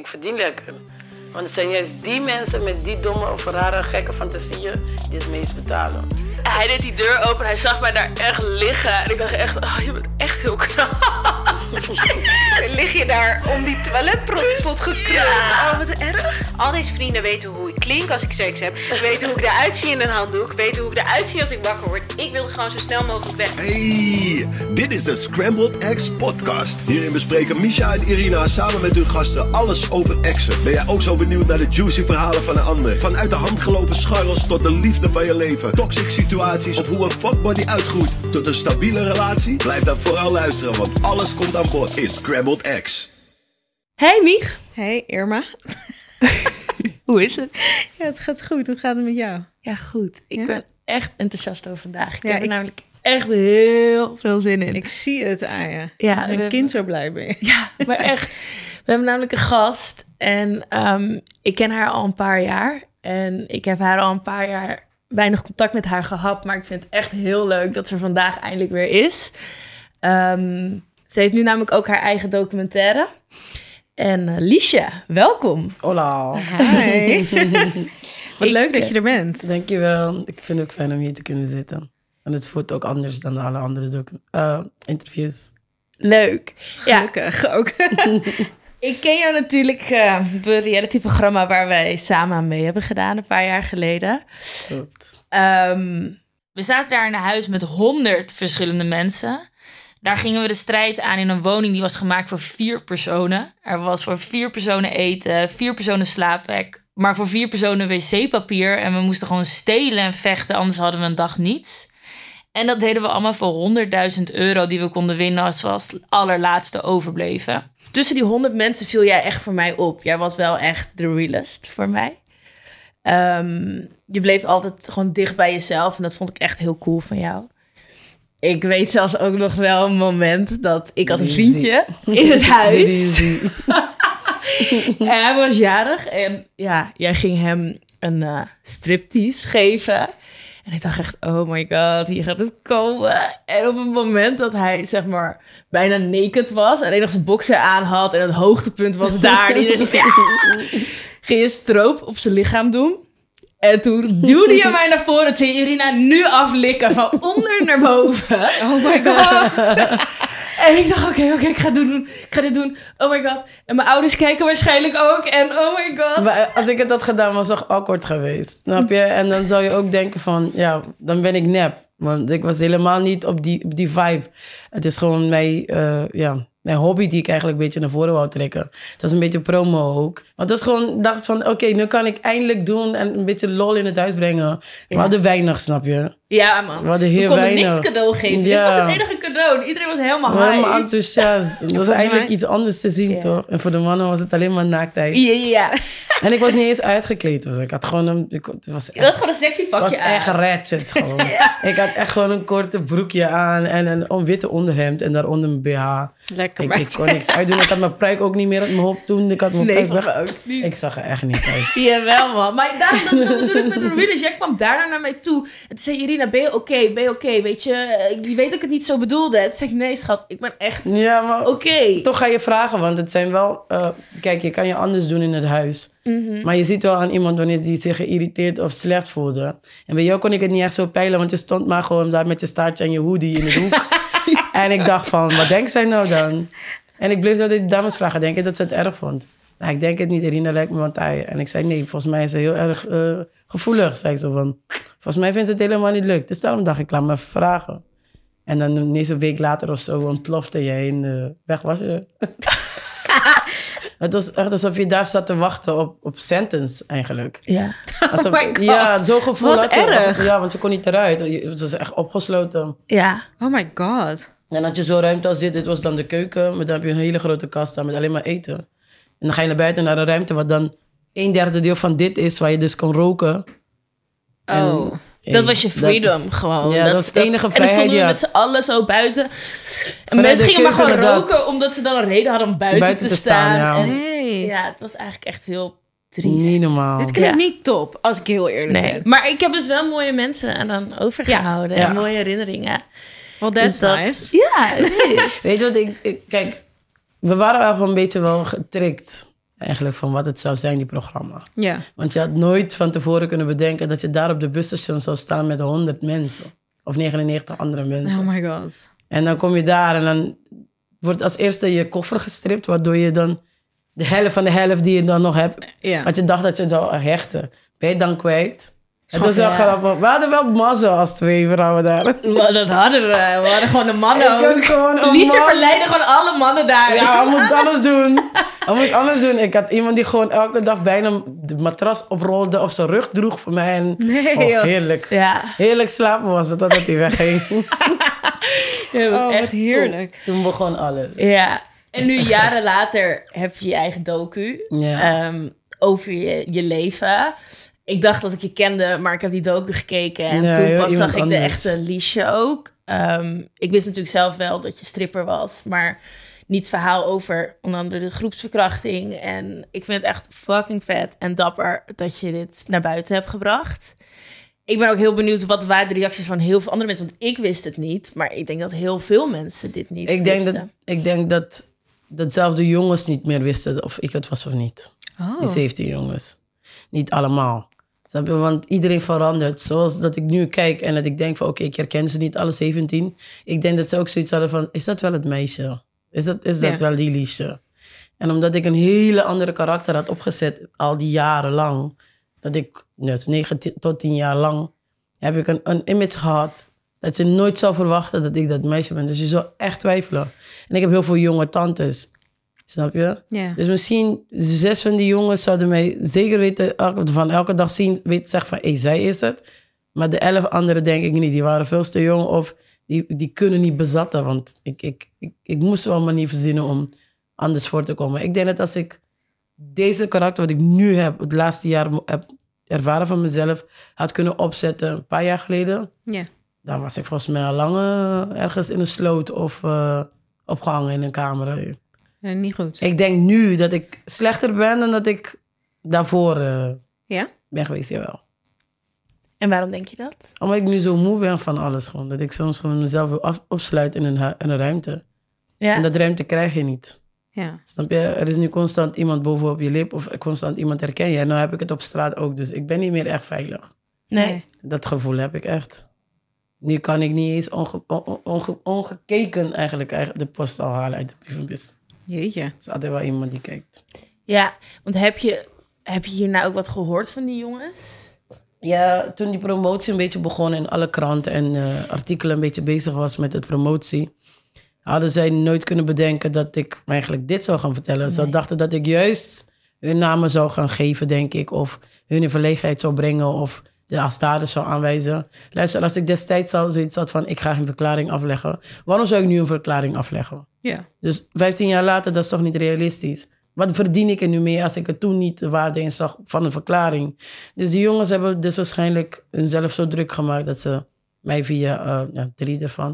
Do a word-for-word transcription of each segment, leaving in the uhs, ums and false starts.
ik verdien lekker. Want het zijn juist die mensen met die domme of rare gekke fantasieën die het meest betalen. Hij deed die deur open, hij zag mij daar echt liggen. En ik dacht echt, oh, je bent echt heel knap. Lig je daar om die toiletpot gekruld? Ja. Oh, wat erg. Al deze vrienden weten hoe ik klink als ik seks heb. Weten hoe ik eruit zie in een handdoek. Weten hoe ik eruit zie als ik wakker word. Ik wil gewoon zo snel mogelijk weg. Hey, dit is de Scrambled Eggs podcast. Hierin bespreken Misha en Irina samen met hun gasten alles over exen. Ben jij ook zo benieuwd naar de juicy verhalen van een ander? Vanuit de hand gelopen scharrels tot de liefde van je leven. Toxic situaties of hoe een fuckbody uitgroeit tot een stabiele relatie? Blijf dan vooral luisteren, want alles komt aan bod in Scrambled Eggs. Hey Mich. Hey Irma. Hoe is het? Ja, het gaat goed. Hoe gaat het met jou? Ja, goed. Ik Ja? ben echt enthousiast over vandaag. Ik Ja, heb er ik- namelijk echt heel veel zin in. Ik zie het aan je. Ja, Een we- kind zo blij ben je. Ja, maar echt. We hebben namelijk een gast en ehm, ik ken haar al een paar jaar. En ik heb haar al een paar jaar weinig contact met haar gehad. Maar ik vind het echt heel leuk dat ze vandaag eindelijk weer is. Ehm, ze heeft nu namelijk ook haar eigen documentaire. En uh, Liesje, welkom. Hola. Hi. Wat Ik, leuk dat eh, je er bent. Dankjewel. Ik vind het ook fijn om hier te kunnen zitten. En het voelt ook anders dan alle andere docu- uh, interviews. Leuk. Ja, Gelukkig ook. ik ken jou natuurlijk uh, door het realityprogramma waar wij samen aan mee hebben gedaan een paar jaar geleden. Goed. Um, we zaten daar in een huis met honderd verschillende mensen. Daar gingen we de strijd aan in een woning die was gemaakt voor vier personen. Er was voor vier personen eten, vier personen slaapplek, maar voor vier personen wc-papier. En we moesten gewoon stelen en vechten, anders hadden we een dag niets. En dat deden we allemaal voor honderdduizend euro die we konden winnen als we als allerlaatste overbleven. Tussen die honderd mensen viel jij echt voor mij op. Jij was wel echt de realist voor mij. Um, je bleef altijd gewoon dicht bij jezelf en dat vond ik echt heel cool van jou. Ik weet zelfs ook nog wel een moment dat ik had een vriendje in het huis. En hij was jarig en ja, jij ging hem een uh, striptease geven. En ik dacht echt, oh my god, hier gaat het komen. En op het moment dat hij, zeg maar, bijna naked was... en alleen nog zijn boxer aan had en het hoogtepunt was daar... en iedereen zo, ja, ging je stroop op zijn lichaam doen. En toen duwde je mij naar voren. Toen zei Irina, nu aflikken, van onder naar boven. Oh my god. En ik dacht, oké, okay, oké, okay, ik ga dit doen. Ik ga dit doen. Oh my god. En mijn ouders kijken waarschijnlijk ook. En oh my god. Maar als ik het had gedaan, was het toch awkward geweest. Snap je? En dan zou je ook denken van, ja, dan ben ik nep. Want ik was helemaal niet op die, op die vibe. Het is gewoon mijn, uh, ja, mijn hobby die ik eigenlijk een beetje naar voren wou trekken. Het was een beetje promo ook. Want het was gewoon, dacht van, oké, okay, nu kan ik eindelijk doen en een beetje lol in het huis brengen. We Ja. hadden weinig, snap je? Ja, man. We hadden heel we konden weinig. niks cadeau geven. Ja. Dit was het enige cadeau. Iedereen was helemaal We high. waren helemaal enthousiast. Het was eigenlijk mij- iets anders te zien, Ja. toch? En voor de mannen was het alleen maar naaktheid. Ja, ja. En ik was niet eens uitgekleed. Dus ik had gewoon een... Ik, het was Je had echt, gewoon een sexy het pakje was echt aan. ratchet gewoon. Ik had echt gewoon een korte broekje aan en een on- witte onderhemd en daaronder een B H. Lekker Ik, ik meid. kon niks uitdoen. Ik had mijn pruik ook niet meer op mijn hoofd toen. Ik had mijn Nee, pruik van weg. me ook niet. Ik zag er echt niet uit. Jawel, man. Maar daarom, dat, dat bedoel ik met de realist. Jij kwam daarna naar mij toe. En toen zei Irina, ben je oké? Ben je oké? Weet je, je weet dat ik het niet zo bedoelde. En toen zei ik, nee schat, ik ben echt Ja, maar oké. toch ga je vragen. Want het zijn wel... Uh, kijk, je kan je anders doen in het huis. Mhm. Maar je ziet wel aan iemand wanneer die zich geïrriteerd of slecht voelde. En bij jou kon ik het niet echt zo peilen. Want je stond maar gewoon daar met je staartje en je hoodie in de hoek. En ik dacht van, wat denkt zij nou dan? En ik bleef zo die dames vragen. Denk je dat ze het erg vond? Nou, ik denk het niet. Irina lijkt me wat taai. En ik zei, nee, volgens mij is ze heel erg uh, gevoelig. Zei ik zo van, volgens mij vindt ze het helemaal niet leuk. Dus daarom dacht ik, laat me even vragen. En dan ineens een week later of zo ontplofte jij en uh, weg was je. Het was echt alsof je daar zat te wachten op, op sentence eigenlijk. Ja. Alsof, Oh my God. Ja, zo'n gevoel Wat had je. erg. Of- ja, want ze kon niet eruit. Het was echt opgesloten. Ja. Oh my god. En dat je zo ruimte als zit, dit was dan de keuken. Maar dan heb je een hele grote kast staan met alleen maar eten. En dan ga je naar buiten naar een ruimte wat dan een derde deel van dit is, waar je dus kon roken. En, Oh. hey, Dat was je freedom gewoon. Ja, dat was de enige En dan vrijheid stonden die we je met z'n allen zo buiten. En Vanuit mensen de gingen maar keuken gewoon naar roken, dat. omdat ze dan een reden hadden om buiten, Buiten te, te staan, staan. ja. En, Hey. ja, het was eigenlijk echt heel triest. Niet normaal. Dit klinkt Ja. niet top, als ik heel eerlijk Nee, ben. maar ik heb dus wel mooie mensen aan dan overgehouden. Ja. En mooie herinneringen. Well, that's Dus dat- nice. Ja, het is. Weet je wat, ik, ik, kijk, we waren wel gewoon een beetje wel getrikt. eigenlijk van wat het zou zijn, die programma. Ja. Want je had nooit van tevoren kunnen bedenken dat je daar op de busstation zou staan met honderd mensen. Of negenennegentig andere mensen. Oh my god. En dan kom je daar en dan wordt als eerste je koffer gestript, waardoor je dan de helft van de helft die je dan nog hebt, Ja. wat je dacht dat je zou hechten, ben je dan kwijt. Het Schat, was wel ja. grappig. We hadden wel mazzel als twee vrouwen daar. Maar dat hadden we. We hadden gewoon een man Ik had ook. gewoon een Liesje man. verleidde gewoon alle mannen daar. Ja, we moeten anders doen. We moeten anders doen. Ik had iemand die gewoon elke dag bijna de matras oprolde, op zijn rug droeg voor mij. En, Nee, oh, joh. heerlijk. Ja. Heerlijk slapen was het, totdat hij wegging. Ja, dat was Oh, echt wat heerlijk. Toen begon alles. Ja. En nu jaren later heb je je eigen docu Ja. ehm, over je, je leven. Ik dacht dat ik je kende, maar ik heb die docu gekeken. En Ja, toen heel pas iemand zag ik de anders. echte Liesje ook. Ehm, ik wist natuurlijk zelf wel dat je stripper was, maar niet het verhaal over onder andere de groepsverkrachting. En ik vind het echt fucking vet en dapper dat je dit naar buiten hebt gebracht. Ik ben ook heel benieuwd wat waren de reacties van heel veel andere mensen. Want ik wist het niet, maar ik denk dat heel veel mensen dit niet Ik denk, wisten. dat, ik denk dat, dat zelfs de jongens niet meer wisten of ik het was of niet. Oh. Die zeventien jongens. Niet allemaal. Snap je? Want iedereen verandert. Zoals dat ik nu kijk en dat ik denk van oké, ik herken ze niet alle zeventien. Ik denk dat ze ook zoiets hadden van, is dat wel het meisje? Is dat, is dat Ja. wel die Liesje? En omdat ik een hele andere karakter had opgezet al die jaren lang, dat ik, dus negen tot tien jaar lang, heb ik een, een image gehad dat je nooit zou verwachten dat ik dat meisje ben. Dus je zou echt twijfelen. En ik heb heel veel jonge tantes. Snap je? Ja. Dus misschien zes van die jongens zouden mij zeker weten, elke, van elke dag zien, weten, zeggen van, hé, hey, zij is het. Maar de elf anderen denk ik niet. Die waren veel te jong of die, die kunnen niet bezatten. Want ik, ik, ik, ik moest wel een manier verzinnen om anders voor te komen. Ik denk dat als ik deze karakter wat ik nu heb, het laatste jaar heb ervaren van mezelf, had kunnen opzetten een paar jaar geleden, Ja. dan was ik volgens mij al lang uh, ergens in een sloot of uh, opgehangen in een kamer. Ja, niet goed. Ik denk nu dat ik slechter ben dan dat ik daarvoor uh, Ja? ben geweest, jawel. En waarom denk je dat? Omdat ik nu zo moe ben van alles gewoon. Dat ik soms gewoon mezelf wil af- opsluiten in een, hu- in een ruimte. Ja. En dat ruimte krijg je niet. Ja. Snap je? Er is nu constant iemand bovenop je lip of constant iemand herken je. En nu heb ik het op straat ook. Dus ik ben niet meer echt veilig. Nee. Dat gevoel heb ik echt. Nu kan ik niet eens onge- on- onge- ongekeken eigenlijk, eigenlijk de post al halen uit de brievenbus. Jeetje. Er is altijd wel iemand die kijkt. Ja, want heb je, heb je hier nou ook wat gehoord van die jongens? Ja, toen die promotie een beetje begon en alle kranten en uh, artikelen een beetje bezig was met het promotie, hadden zij nooit kunnen bedenken dat ik eigenlijk dit zou gaan vertellen. Ze Nee. dachten dat ik juist hun namen zou gaan geven, denk ik, of hun in verlegenheid zou brengen of de als dader zou aanwijzen. Luister, als ik destijds al zoiets had van ik ga geen verklaring afleggen, waarom zou ik nu een verklaring afleggen? Ja. Dus vijftien jaar later, dat is toch niet realistisch? Wat verdien ik er nu mee als ik er toen niet de waarde in zag van een verklaring? Dus die jongens hebben dus waarschijnlijk hunzelf zo druk gemaakt dat ze mij via, uh, ja, drie ervan,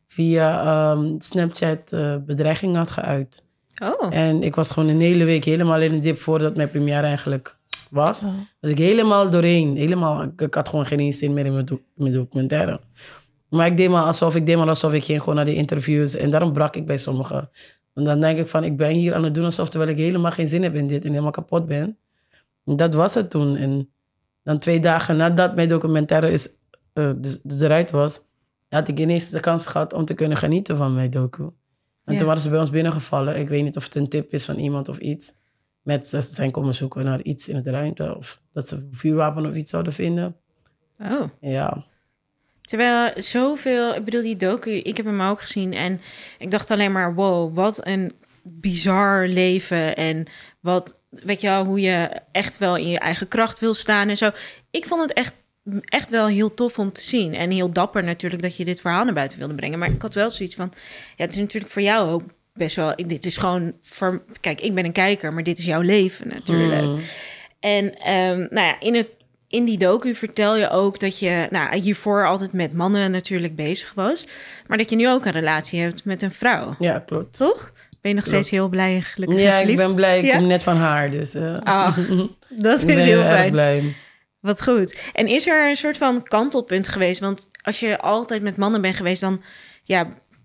via um, Snapchat uh, bedreiging had geuit. Oh. En ik was gewoon een hele week helemaal in een dip voordat mijn première eigenlijk was. Oh. Was ik helemaal doorheen. Helemaal, ik, ik had gewoon geen zin meer in mijn, do- mijn documentaire. Maar ik deed maar alsof ik deed maar alsof ik ging gewoon naar die interviews. En daarom brak ik bij sommigen. Want dan denk ik van, ik ben hier aan het doen alsof terwijl ik helemaal geen zin heb in dit en helemaal kapot ben. En dat was het toen. En dan twee dagen nadat mijn documentaire is, uh, dus, dus eruit was, had ik ineens de kans gehad om te kunnen genieten van mijn docu. En Ja. toen waren ze bij ons binnengevallen. Ik weet niet of het een tip is van iemand of iets. Met ze zijn komen zoeken naar iets in het ruimte. Of dat ze een vuurwapen of iets zouden vinden. Oh. Ja. Terwijl zoveel, ik bedoel die docu, ik heb hem ook gezien en ik dacht alleen maar, wow, wat een bizar leven en wat, weet je wel, hoe je echt wel in je eigen kracht wil staan en zo. Ik vond het echt, echt wel heel tof om te zien en heel dapper natuurlijk dat je dit verhaal naar buiten wilde brengen. Maar ik had wel zoiets van, ja, het is natuurlijk voor jou ook best wel, dit is gewoon, voor, kijk, ik ben een kijker, maar dit is jouw leven natuurlijk. Mm. En um, nou ja, in, het, in die docu vertel je ook dat je nou, hiervoor altijd met mannen natuurlijk bezig was. Maar dat je nu ook een relatie hebt met een vrouw. Ja, klopt. Toch? Ben je nog steeds heel blij en gelukkig en Ja, ik verliefd? ben blij. Ik Ja? kom net van haar. Dus uh, Ah, dat ik ben is heel heel erg fijn. blij. Wat goed. En is er een soort van kantelpunt geweest? Want als je altijd met mannen bent geweest, dan ja,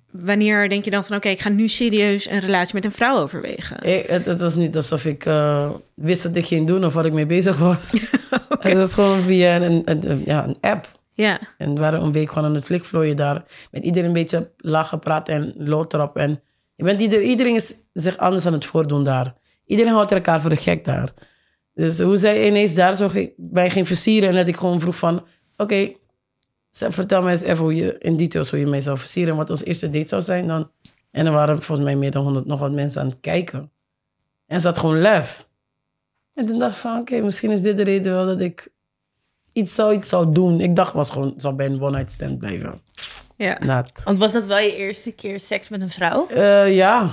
wanneer denk je dan van... oké, okay, ik ga nu serieus een relatie met een vrouw overwegen? Ik, het, het was niet alsof ik uh, wist wat ik ging doen of wat ik mee bezig was. Okay. Het was gewoon via een, een, een, ja, een app. Ja. En we waren een week gewoon aan het flikvlooien daar. Met iedereen een beetje lachen, praten en lood erop. En je bent ieder, iedereen is zich anders aan het voordoen daar. Iedereen houdt elkaar voor de gek daar. Dus hoe zij ineens daar zo bij ging versieren... en dat ik gewoon vroeg van... oké, okay, vertel mij eens even hoe je in details hoe je mij zou versieren... en wat ons eerste date zou zijn dan. En er waren volgens mij meer dan honderd nog wat mensen aan het kijken. En ze had gewoon lef. En toen dacht ik van... oké, okay, misschien is dit de reden wel dat ik... iets zou, iets zou doen. Ik dacht was gewoon... zou bij een one-night stand blijven. Ja. Not. Want was dat wel je eerste keer seks met een vrouw? Uh, ja.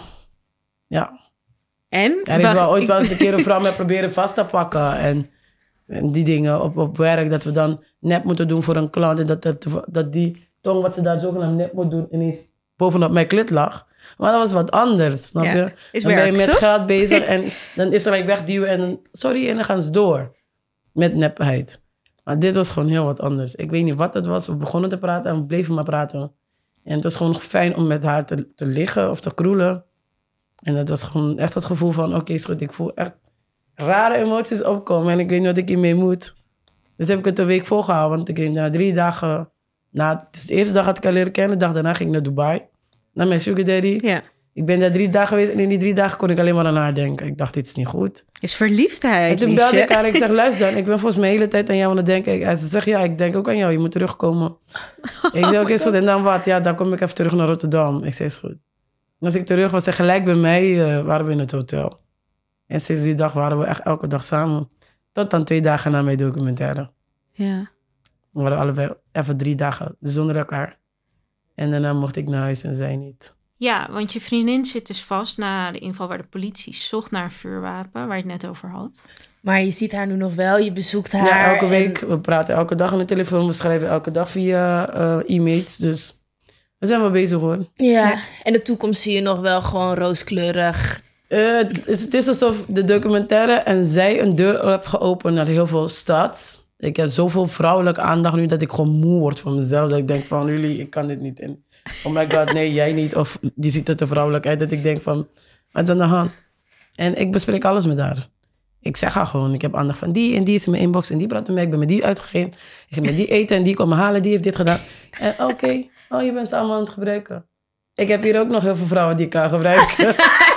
Ja. En? Er is wel ooit wel eens een keer een vrouw mij proberen vast te pakken. En, en die dingen op, op werk. Dat we dan nep moeten doen voor een klant. En dat, dat, dat die tong wat ze daar zogenaamd nep moet doen... ineens bovenop mijn klit lag. Maar dat was wat anders, snap je? Ja. Is dan werk, ben je met toch? geld bezig. En dan is er like wegduwen. En dan, sorry, en dan gaan ze door. Met nepheid. Maar dit was gewoon heel wat anders. Ik weet niet wat het was. We begonnen te praten en we bleven maar praten. En het was gewoon fijn om met haar te, te liggen of te kroelen. En dat was gewoon echt het gevoel van... oké, okay, is goed, ik voel echt rare emoties opkomen... en ik weet niet wat ik hiermee moet. Dus heb ik het een week volgehouden. Want ik ging na drie dagen... Na, dus de eerste dag had ik haar leren kennen. De dag daarna ging ik naar Dubai. Naar mijn sugar daddy. Ja. Ik ben daar drie dagen geweest... en in die drie dagen kon ik alleen maar aan haar denken. Ik dacht, dit is niet goed. Is verliefdheid, En toen liefje. belde ik haar en ik zeg... luister dan, ik ben volgens mij de hele tijd aan jou aan het denken. En ze zegt, ja, ik denk ook aan jou. Je moet terugkomen. Ik zei, oké, is goed. En dan wat? Ja, dan kom ik even terug naar Rotterdam. Ik zei, is goed. En als ik terug was, en gelijk bij mij, uh, waren we in het hotel. En sinds die dag waren we echt elke dag samen. Tot dan twee dagen na mijn documentaire. Ja. We waren allebei even drie dagen zonder elkaar. En daarna mocht ik naar huis en zij niet. Ja, want je vriendin zit dus vast na de inval waar de politie zocht naar een vuurwapen, waar je het net over had. Maar je ziet haar nu nog wel, je bezoekt haar. Ja, elke en- week. We praten elke dag aan de telefoon. We schrijven elke dag via uh, e-mails. Dus we zijn wel bezig hoor. Ja. Ja. En de toekomst zie je nog wel gewoon rooskleurig. Uh, het, is, het is alsof de documentaire en zij een deur heb geopend naar heel veel stad. Ik heb zoveel vrouwelijke aandacht nu dat ik gewoon moe word van mezelf. Dat ik denk van, jullie, ik kan dit niet in. Oh my god, nee, jij niet. Of die ziet er te vrouwelijk uit. Dat ik denk van, wat is aan de hand? En ik bespreek alles met haar. Ik zeg haar gewoon, ik heb aandacht van die en die is in mijn inbox. En die praat met mij, ik ben met die uitgegaan. Ik ga met die eten en die komt me halen, die heeft dit gedaan. En oké, okay, oh, je bent ze allemaal aan het gebruiken. Ik heb hier ook nog heel veel vrouwen die ik kan gebruiken.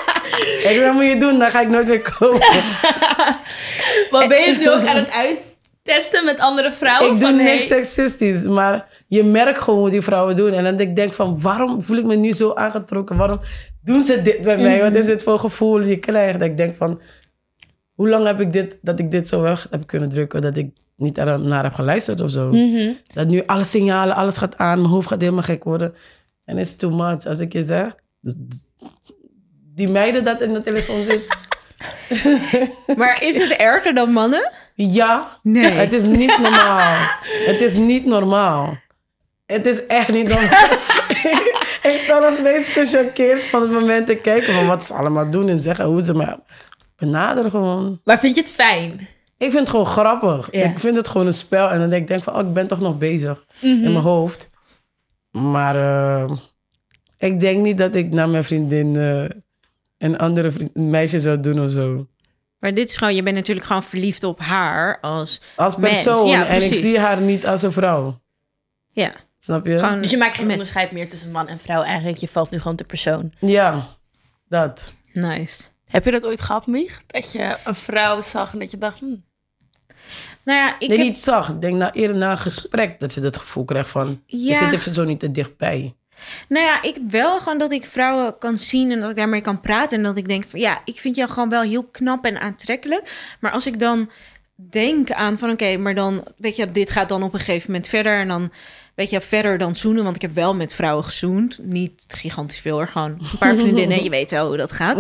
Ik zeg, wat moet je doen? Dan ga ik nooit meer komen. Maar ben je het nu ook aan het uittesten met andere vrouwen? Ik doe Van, nee, niks seksistisch, maar je merkt gewoon hoe die vrouwen doen. En dan denk ik denk van, waarom voel ik me nu zo aangetrokken? Waarom doen ze dit bij mij? Wat is dit voor gevoel die je krijgt? Dat ik denk van, hoe lang heb ik dit, dat ik dit zo weg heb kunnen drukken, dat ik niet er naar heb geluisterd of zo? Mm-hmm. Dat nu alle signalen, alles gaat aan, mijn hoofd gaat helemaal gek worden. En it's too much, als ik je zeg. Die meiden dat in de telefoon zit. Maar is het erger dan mannen? Ja, Nee. het is niet normaal. Het is niet normaal. Het is echt niet normaal. Ik sta nog steeds te choqueerd van het moment te kijken van wat ze allemaal doen en zeggen, hoe ze me benaderen gewoon. Maar vind je het fijn? Ik vind het gewoon grappig. Ja. Ik vind het gewoon een spel. En dan denk ik denk van, oh, ik ben toch nog bezig Mm-hmm. in mijn hoofd. Maar uh, ik denk niet dat ik naar mijn vriendin uh, een andere vriend, een meisje zou doen of zo. Maar dit is gewoon, je bent natuurlijk gewoon verliefd op haar als Als mens. persoon. Ja, en ik precies. zie haar niet als een vrouw. Ja, Snap je? gewoon Dus je maakt geen met- onderscheid meer tussen man en vrouw. Eigenlijk, je valt nu gewoon te persoon. Ja, dat. Nice. Heb je dat ooit gehad, Mich? Dat je een vrouw zag en dat je dacht... Hm, Nou ja, ik Nee, heb... niet zag. Ik denk na, eerder na een gesprek dat je dat gevoel krijgt van, je Ja. zit even zo niet te dichtbij. Nou ja, ik wel gewoon dat ik vrouwen kan zien en dat ik daarmee kan praten. En dat ik denk van, ja, ik vind jou gewoon wel heel knap en aantrekkelijk. Maar als ik dan denk aan van, oké, maar dan, weet je, dit gaat dan op een gegeven moment verder. En dan, weet je, verder dan zoenen. Want ik heb wel met vrouwen gezoend. Niet gigantisch veel, hoor. Gewoon een paar vriendinnen. Je weet wel hoe dat gaat.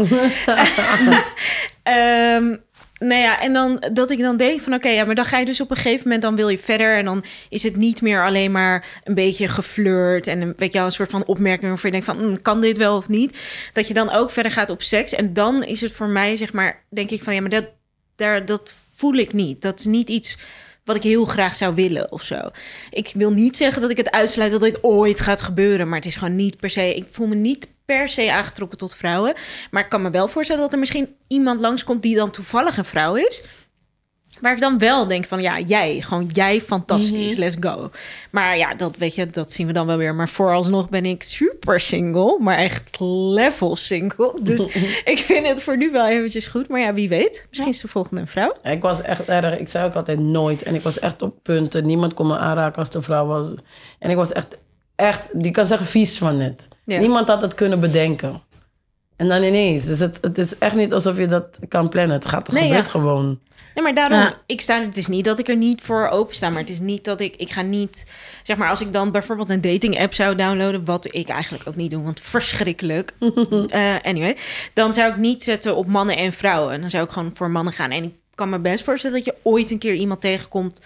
um, Nou ja, en dan dat ik dan denk van oké, okay, ja, maar dan ga je dus op een gegeven moment, dan wil je verder en dan is het niet meer alleen maar een beetje geflirt en een, weet je wel, een soort van opmerking waarvan je denkt van hm, kan dit wel of niet? Dat je dan ook verder gaat op seks en dan is het voor mij zeg maar, denk ik van ja, maar dat, daar, dat voel ik niet. Dat is niet iets wat ik heel graag zou willen of zo. Ik wil niet zeggen dat ik het uitsluit dat dit ooit gaat gebeuren, maar het is gewoon niet per se... Ik voel me niet per se aangetrokken tot vrouwen, maar ik kan me wel voorstellen dat er misschien iemand langskomt die dan toevallig een vrouw is, waar ik dan wel denk van, ja, jij, gewoon jij, fantastisch, mm-hmm. let's go. Maar ja, dat weet je, dat zien we dan wel weer. Maar vooralsnog ben ik super single, maar echt level single. Dus ik vind het voor nu wel eventjes goed. Maar ja, wie weet, misschien is de volgende een vrouw. Ik was echt erg, ik zei ook altijd nooit. En ik was echt op punten. Niemand kon me aanraken als de vrouw was. En ik was echt, echt, die kan zeggen vies van net. Ja. Niemand had het kunnen bedenken. En dan ineens. Dus het, het is echt niet alsof je dat kan plannen. Het gaat, het nee, gebeurt ja. gewoon. Nee, maar daarom, ja. ik sta, het is niet dat ik er niet voor open sta, maar het is niet dat ik, ik ga niet, zeg maar, als ik dan bijvoorbeeld een dating app zou downloaden, wat ik eigenlijk ook niet doe, want verschrikkelijk. uh, anyway, dan zou ik niet zetten op mannen en vrouwen. Dan zou ik gewoon voor mannen gaan. En ik kan me best voorstellen dat je ooit een keer iemand tegenkomt.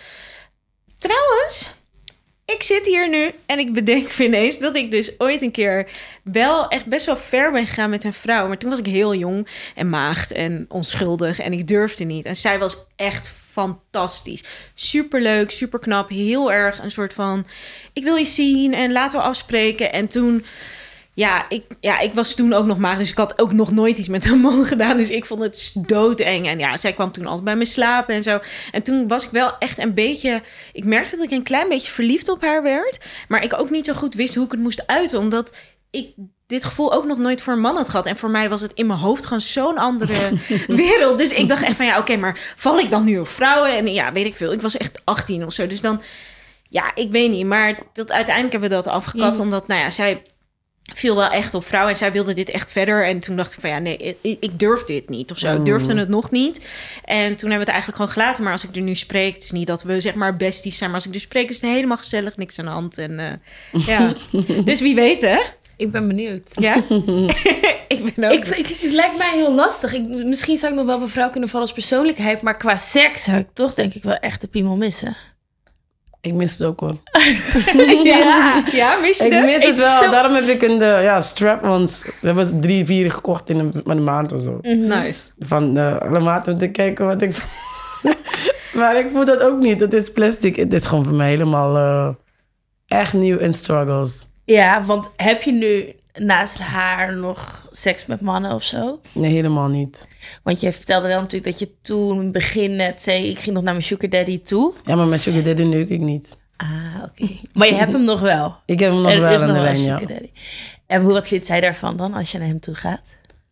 Trouwens, ik zit hier nu en ik bedenk ineens dat ik dus ooit een keer wel echt best wel ver ben gegaan met een vrouw. Maar toen was ik heel jong en maagd en onschuldig en ik durfde niet. En zij was echt fantastisch. Superleuk, superknap, heel erg een soort van, ik wil je zien en laten we afspreken. En toen... Ja ik, ja, ik was toen ook nog maagd, dus ik had ook nog nooit iets met een man gedaan. Dus ik vond het doodeng. En ja, zij kwam toen altijd bij me slapen en zo. En toen was ik wel echt een beetje... Ik merkte dat ik een klein beetje verliefd op haar werd. Maar ik ook niet zo goed wist hoe ik het moest uiten. Omdat ik dit gevoel ook nog nooit voor een man had gehad. En voor mij was het in mijn hoofd gewoon zo'n andere wereld. Dus ik dacht echt van, ja, oké, okay, maar val ik dan nu op vrouwen? En ja, weet ik veel. Ik was echt achttien of zo. Dus dan, ja, ik weet niet. Maar dat, uiteindelijk hebben we dat afgekapt. Mm. Omdat, nou ja, zij... viel wel echt op vrouwen en zij wilde dit echt verder. En toen dacht ik van ja, nee, ik, ik durf dit niet of zo. Ik durfde het nog niet. En toen hebben we het eigenlijk gewoon gelaten. Maar als ik er nu spreek, het is niet dat we zeg maar besties zijn. Maar als ik er spreek, is het helemaal gezellig, niks aan de hand. En uh, ja, dus wie weet hè? Ik ben benieuwd. Ja? ik ben ook... Ik, ik, het lijkt mij heel lastig. Ik, misschien zou ik nog wel op een vrouw kunnen vallen als persoonlijkheid. Maar qua seks zou ik toch denk ik wel echt de piemel missen. Ik mis het ook hoor. ja, ja, mis je Ik het? mis het wel. Zo... Daarom heb ik een de, ja, strap-ons. We hebben drie, vier gekocht in een, een maand of zo. Mm-hmm. Nice. Van uh, alle maanden om te kijken wat ik... maar ik voel dat ook niet. Het is plastic. Het is gewoon voor mij helemaal uh, echt nieuw in struggles. Ja, want heb je nu naast haar nog seks met mannen of zo? Nee, helemaal niet. Want je vertelde wel natuurlijk dat je toen in het begin net zei... ik ging nog naar mijn sugar daddy toe. Ja, maar mijn sugar daddy neuk ik niet. Ah, oké. Okay. Maar je hebt hem nog wel? Ik heb hem nog er wel is aan nog de wel lijn, ja. Daddy. En wat vindt zij daarvan dan, als je naar hem toe gaat?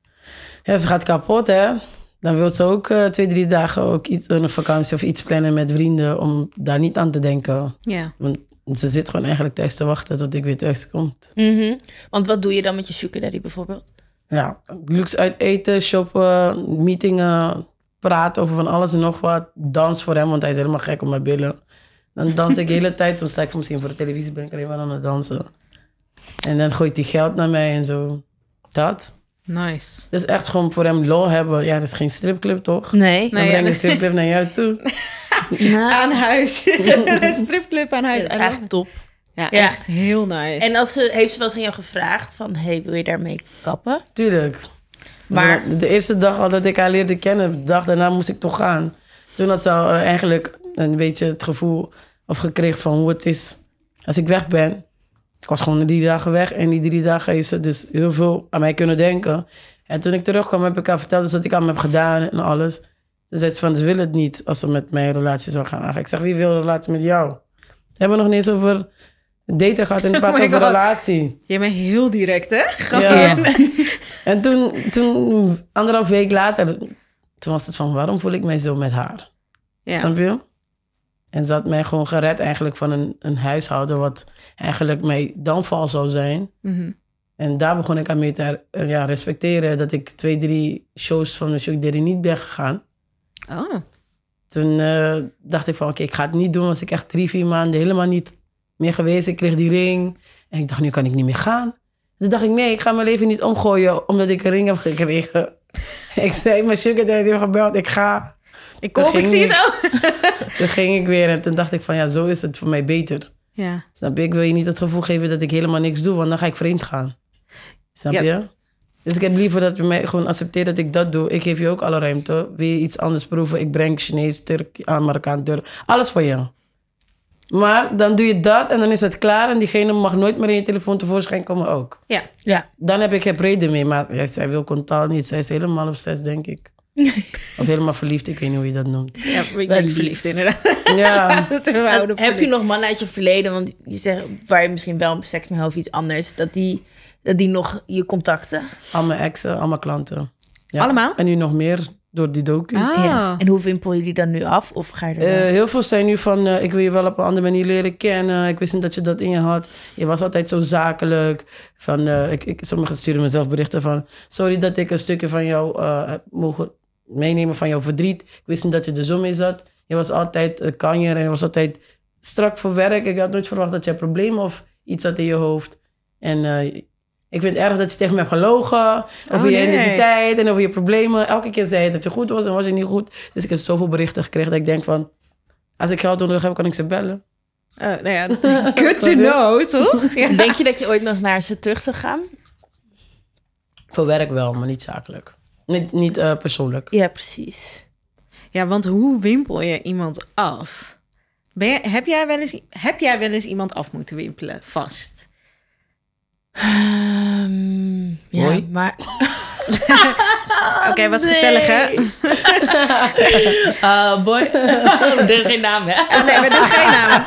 Ja, ze gaat kapot, hè. Dan wil ze ook uh, twee, drie dagen ook iets, een vakantie of iets plannen met vrienden... om daar niet aan te denken. Ja. Want ze zit gewoon eigenlijk thuis te wachten tot ik weer thuis kom. Mm-hmm. Want wat doe je dan met je sugar daddy bijvoorbeeld? Ja, luxe uit eten, shoppen, meetingen, praten over van alles en nog wat. Dans voor hem, want hij is helemaal gek op mijn billen. Dan dans ik de hele tijd, dan sta ik misschien voor de televisie, ben ik alleen maar aan het dansen. En dan gooit hij geld naar mij en zo. Dat. Nice. Dat is echt gewoon voor hem lol hebben. Ja, dat is geen stripclub, toch? Nee. Dan nee, breng ja, je stripclub naar jou toe. Nou. Aan huis. Een stripclub aan huis. Dat is echt top. Ja, ja, echt heel nice. En als ze, heeft ze wel eens aan jou gevraagd van... hey, wil je daarmee kappen? Tuurlijk. Maar de, de eerste dag al dat ik haar leerde kennen, de dag daarna moest ik toch gaan. Toen had ze al eigenlijk een beetje het gevoel of gekregen van hoe het is als ik weg ben. Ik was gewoon drie dagen weg en die drie dagen heeft ze dus heel veel aan mij kunnen denken. En toen ik terugkwam heb ik haar verteld dus wat ik aan me heb gedaan en alles. Toen zei ze van, ze wil het niet als ze met mij een relatie zou gaan. Ik zeg, wie wil een relatie met jou? We hebben nog niet eens over daten gehad en praten oh over een relatie. Je bent heel direct, hè? Ja. En toen, toen, anderhalf week later, toen was het van, waarom voel ik mij zo met haar? Ja. Snap je? En ze had mij gewoon gered eigenlijk van een, een huishouden wat eigenlijk mijn downval zou zijn. Mm-hmm. En daar begon ik aan mee te ja, respecteren dat ik twee, drie shows van de Sugar Daddy niet ben gegaan. Oh. Toen uh, dacht ik van, oké, okay, ik ga het niet doen. Was ik echt drie, vier maanden helemaal niet meer geweest. Ik kreeg die ring. En ik dacht, nu kan ik niet meer gaan. Toen dacht ik, nee, ik ga mijn leven niet omgooien omdat ik een ring heb gekregen. Ik zei, mijn Sugar Daddy heeft gebeld, ik ga. Ik kom, ik zie zo. Toen ging ik weer en toen dacht ik van, ja, zo is het voor mij beter. Ja. Snap je? Ik wil je niet het gevoel geven dat ik helemaal niks doe, want dan ga ik vreemd gaan. Snap ja. je? Dus ik heb liever dat je mij gewoon accepteert dat ik dat doe. Ik geef je ook alle ruimte. Wil je iets anders proeven? Ik breng Chinees, Turk, Marokkaan, Turk. Alles voor je. Maar dan doe je dat en dan is het klaar. En diegene mag nooit meer in je telefoon tevoorschijn komen ook. Ja. Ja. Dan heb ik geen reden mee. Maar ja, zij wil totaal niet. Zij is helemaal of zes, denk ik. Of helemaal verliefd. Ik weet niet hoe je dat noemt. Ja, ik Wel ben lief. verliefd inderdaad. Ja. Dat we houden Heb je verliefd. nog mannen uit je verleden, want je zegt waar je misschien wel seks mee of iets anders, dat die, dat die nog je contacten? Al mijn exen, al mijn klanten. Ja. Allemaal? En nu nog meer door die docu. Ah. Ja. En hoe wimpel je die dan nu af? Of ga je er Eh, wel- heel veel zijn nu van, eh, ik wil je wel op een andere manier leren kennen. Ik wist niet dat je dat in je had. Je was altijd zo zakelijk. Van, eh, ik, ik, sommigen sturen mezelf berichten van, sorry dat ik een stukje van jou uh, heb mogen meenemen van jouw verdriet. Ik wist niet dat je er zo mee zat. Je was altijd uh, kanjer en je was altijd strak voor werk. Ik had nooit verwacht dat je problemen of iets had in je hoofd. En uh, ik vind het erg dat je tegen me hebt gelogen. Over Oh, je nee. identiteit en over je problemen. Elke keer zei je dat je goed was en was je niet goed. Dus ik heb zoveel berichten gekregen dat ik denk van, als ik geld nodig heb, kan ik ze bellen. Oh, nou ja, good to know, toch? Ja. Denk je dat je ooit nog naar ze terug zou gaan? Voor werk wel, maar niet zakelijk. Niet, niet uh, persoonlijk. Ja, precies. Ja, want hoe wimpel je iemand af? Ben je, heb, jij wel eens, heb jij wel eens iemand af moeten wimpelen, vast? Um, ja, Hoi. maar... Oké, was gezellig, hè? Uh, boy. Er is geen naam, hè? Oh, nee, maar dat is geen naam.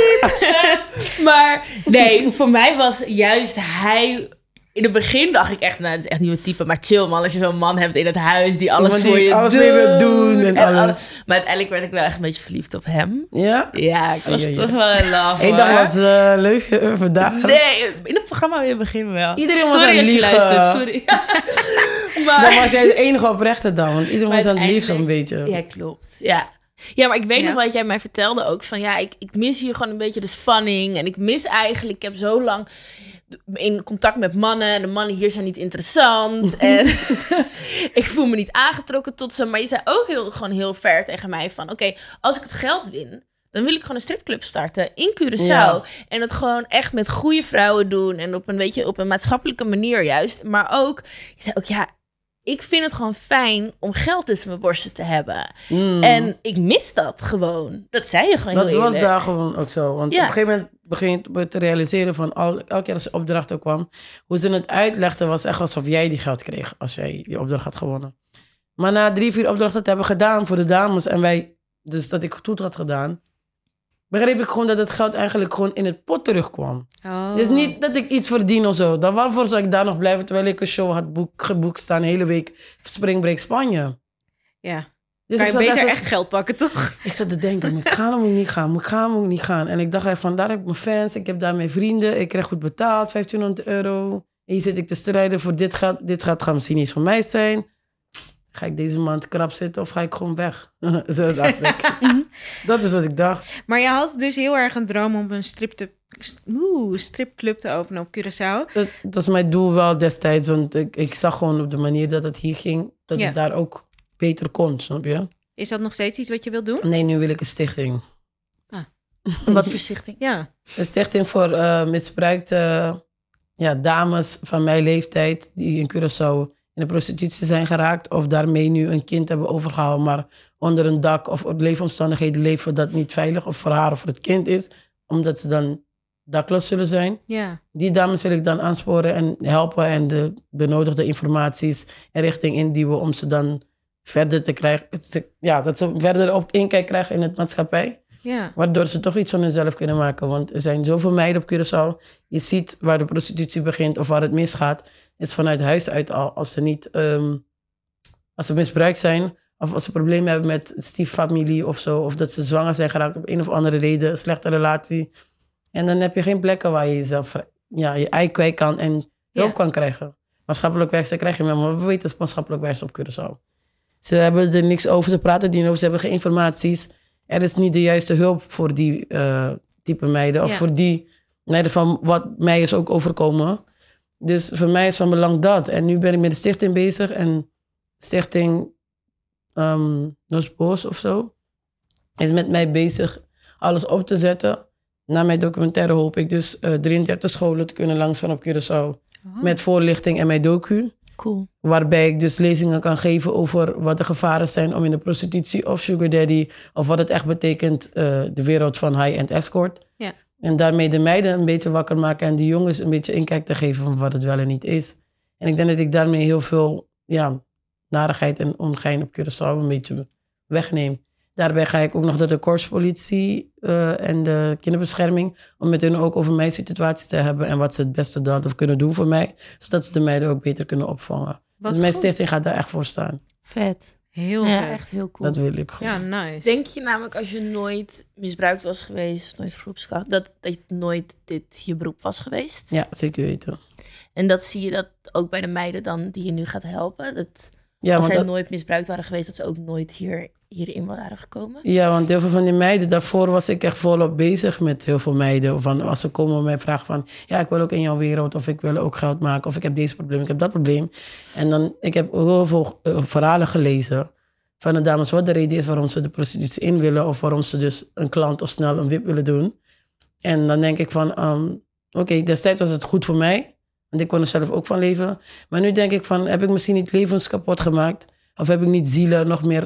Maar nee, voor mij was juist hij... In het begin dacht ik echt, nou, dat is echt niet mijn type. Maar chill, man, als je zo'n man hebt in het huis die alles Iemand voor die je alles doet. voor je wil doen en alles. Maar uiteindelijk werd ik wel echt een beetje verliefd op hem. Ja? Ja, ik was Ja, ja. toch wel in love, Eén dag hoor. was uh, leugen vandaag. Nee, in het programma in het begin wel. Iedereen was Sorry aan het als je liegen. luistert, sorry. maar... Dan was jij de enige oprechte dan, want iedereen Maar was aan het liegen een uiteindelijk- beetje. Ja, klopt. Ja. Ja, maar ik weet Ja. nog wat jij mij vertelde ook. Van ja, ik, ik mis hier gewoon een beetje de spanning. En ik mis eigenlijk, ik heb zo lang in contact met mannen. En de mannen hier zijn niet interessant. En ik voel me niet aangetrokken tot ze. Maar je zei ook heel, gewoon heel ver tegen mij van... Oké, als ik het geld win, dan wil ik gewoon een stripclub starten in Curaçao. Ja. En het gewoon echt met goede vrouwen doen. En op een, weet je, op een maatschappelijke manier juist. Maar ook, je zei ook, ja... Ik vind het gewoon fijn om geld tussen mijn borsten te hebben. Mm. En ik mis dat gewoon. Dat zei je gewoon Dat heel was eerlijk. daar gewoon ook zo. Want Ja. op een gegeven moment begin je te realiseren van... Al, elke keer als de opdracht ook kwam... Hoe ze het uitlegden was echt alsof jij die geld kreeg... als jij die opdracht had gewonnen. Maar na drie, vier opdrachten te hebben gedaan voor de dames... en wij, dus dat ik toet had gedaan... begreep ik gewoon dat het geld eigenlijk gewoon in het pot terugkwam. Oh. Dus niet dat ik iets verdien of zo. Dan waarvoor zou ik daar nog blijven... terwijl ik een show had boek, geboekt staan... de hele week Springbreak Spanje. Ja. Dus Kan ik je zat beter echt- echt geld pakken, toch? Ik zat te denken, moet ik gaan of moet ik niet gaan? Moet ik gaan of moet ik niet gaan? En ik dacht echt van, daar heb ik mijn fans, ik heb daar mijn vrienden, ik krijg goed betaald, vijftienhonderd euro. En hier zit ik te strijden voor dit geld. Dit gaat gaan misschien niet van mij zijn. Ga ik deze maand krap zitten of ga ik gewoon weg? Zo dacht ik. Dat is wat ik dacht. Maar je had dus heel erg een droom om een strip te, oeh, stripclub te openen op Curaçao. Dat, dat was mijn doel wel destijds, want ik, ik zag gewoon op de manier dat het hier ging, dat Ja. het daar ook beter kon, snap je? Is dat nog steeds iets wat je wilt doen? Nee, nu wil ik een stichting. Wat voor stichting? Ja. Een stichting voor uh, misbruikte ja, dames van mijn leeftijd die in Curaçao in de prostitutie zijn geraakt of daarmee nu een kind hebben overgehouden, maar onder een dak of op leefomstandigheden leven dat niet veilig of voor haar of voor het kind is, omdat ze dan dakloos zullen zijn. Ja. Die dames wil ik dan aansporen en helpen en de benodigde informaties en richting induwen om ze dan verder te krijgen, ja, dat ze verder op inkijk krijgen in het maatschappij. Ja. Waardoor ze toch iets van hunzelf kunnen maken. Want er zijn zoveel meiden op Curaçao. Je ziet waar de prostitutie begint of waar het misgaat. Is vanuit huis uit al. Als ze niet... Um, als ze misbruikt zijn. Of als ze problemen hebben met stieffamilie of zo. Of dat ze zwanger zijn geraakt op een of andere reden. Een slechte relatie. En dan heb je geen plekken waar je jezelf... Ja, je ei kwijt kan en hulp Ja. kan krijgen. Maatschappelijk werk, krijg je wel. Maar we weten maatschappelijk werk op Curaçao. Ze hebben er niks over. Ze praten er niet over. Ze hebben geen informaties. Er is niet de juiste hulp voor die uh, type meiden. Of Ja. voor die meiden van wat mij is ook overkomen. Dus voor mij is van belang dat. En nu ben ik met de stichting bezig. En stichting um, Noosboos of zo is met mij bezig alles op te zetten. Na mijn documentaire hoop ik dus uh, drieëndertig scholen te kunnen langsgaan op Curaçao. Oh. Met voorlichting en mijn docu. Cool. Waarbij ik dus lezingen kan geven over wat de gevaren zijn om in de prostitutie of sugar daddy, of wat het echt betekent, uh, de wereld van high-end escort. Ja. En daarmee de meiden een beetje wakker maken en de jongens een beetje inkijk te geven van wat het wel en niet is. En ik denk dat ik daarmee heel veel ja, narigheid en ongein op Curaçao een beetje wegneem. Daarbij ga ik ook nog naar de korpspolitie uh, en de kinderbescherming, om met hun ook over mijn situatie te hebben en wat ze het beste dat of kunnen doen voor mij, zodat ze de meiden ook beter kunnen opvangen. Wat dus mijn goed. stichting gaat daar echt voor staan. Vet. Heel Ja, vet. echt heel cool. Dat wil ik gewoon. Ja, nice. Denk je namelijk als je nooit misbruikt was geweest, nooit groepskracht, dat, dat nooit dit je beroep was geweest? Ja, zeker weten. En dat zie je dat ook bij de meiden dan die je nu gaat helpen? Dat Ja, als want zij dat- nooit misbruikt waren geweest, dat ze ook nooit hier, hierin waren gekomen? Ja, want heel veel van die meiden, daarvoor was ik echt volop bezig met heel veel meiden. Van, als ze komen en mij vragen van, ja, ik wil ook in jouw wereld, of ik wil ook geld maken, of ik heb deze probleem, ik heb dat probleem. En dan, ik heb heel veel uh, verhalen gelezen van de dames, wat de reden is waarom ze de prostitutie in willen, of waarom ze dus een klant of snel een wip willen doen. En dan denk ik van, um, oké, okay, destijds was het goed voor mij, want ik kon er zelf ook van leven. Maar nu denk ik van, heb ik misschien niet levens kapot gemaakt, of heb ik niet zielen nog meer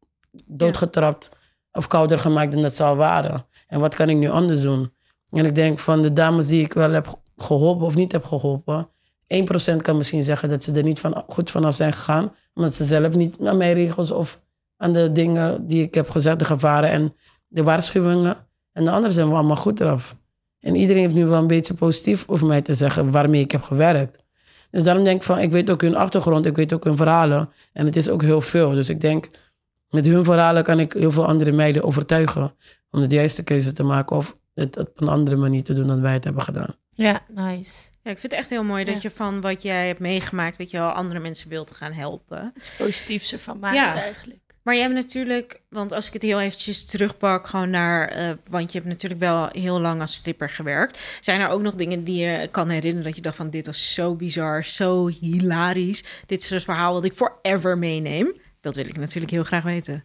doodgetrapt of kouder gemaakt dan dat ze al waren. En wat kan ik nu anders doen? En ik denk van de dames die ik wel heb geholpen of niet heb geholpen, één procent kan misschien zeggen dat ze er niet van, goed vanaf zijn gegaan, omdat ze zelf niet aan mijn regels of aan de dingen die ik heb gezegd, de gevaren en de waarschuwingen. En de anderen zijn wel allemaal goed eraf. En iedereen heeft nu wel een beetje positief over mij te zeggen waarmee ik heb gewerkt. Dus daarom denk ik van, ik weet ook hun achtergrond, ik weet ook hun verhalen. En het is ook heel veel. Dus ik denk, met hun verhalen kan ik heel veel andere meiden overtuigen om de juiste keuze te maken of het op een andere manier te doen dan wij het hebben gedaan. Ja, nice. Ja, ik vind het echt heel mooi dat Ja. je van wat jij hebt meegemaakt, weet je wel, andere mensen wilt gaan helpen. Positief ervan maken Ja. eigenlijk. Maar jij hebt natuurlijk, want als ik het heel eventjes terugpak, gewoon naar, uh, want je hebt natuurlijk wel heel lang als stripper gewerkt. Zijn er ook nog dingen die je kan herinneren dat je dacht van, dit was zo bizar, zo hilarisch. Dit is een verhaal wat ik forever meeneem. Dat wil ik natuurlijk heel graag weten.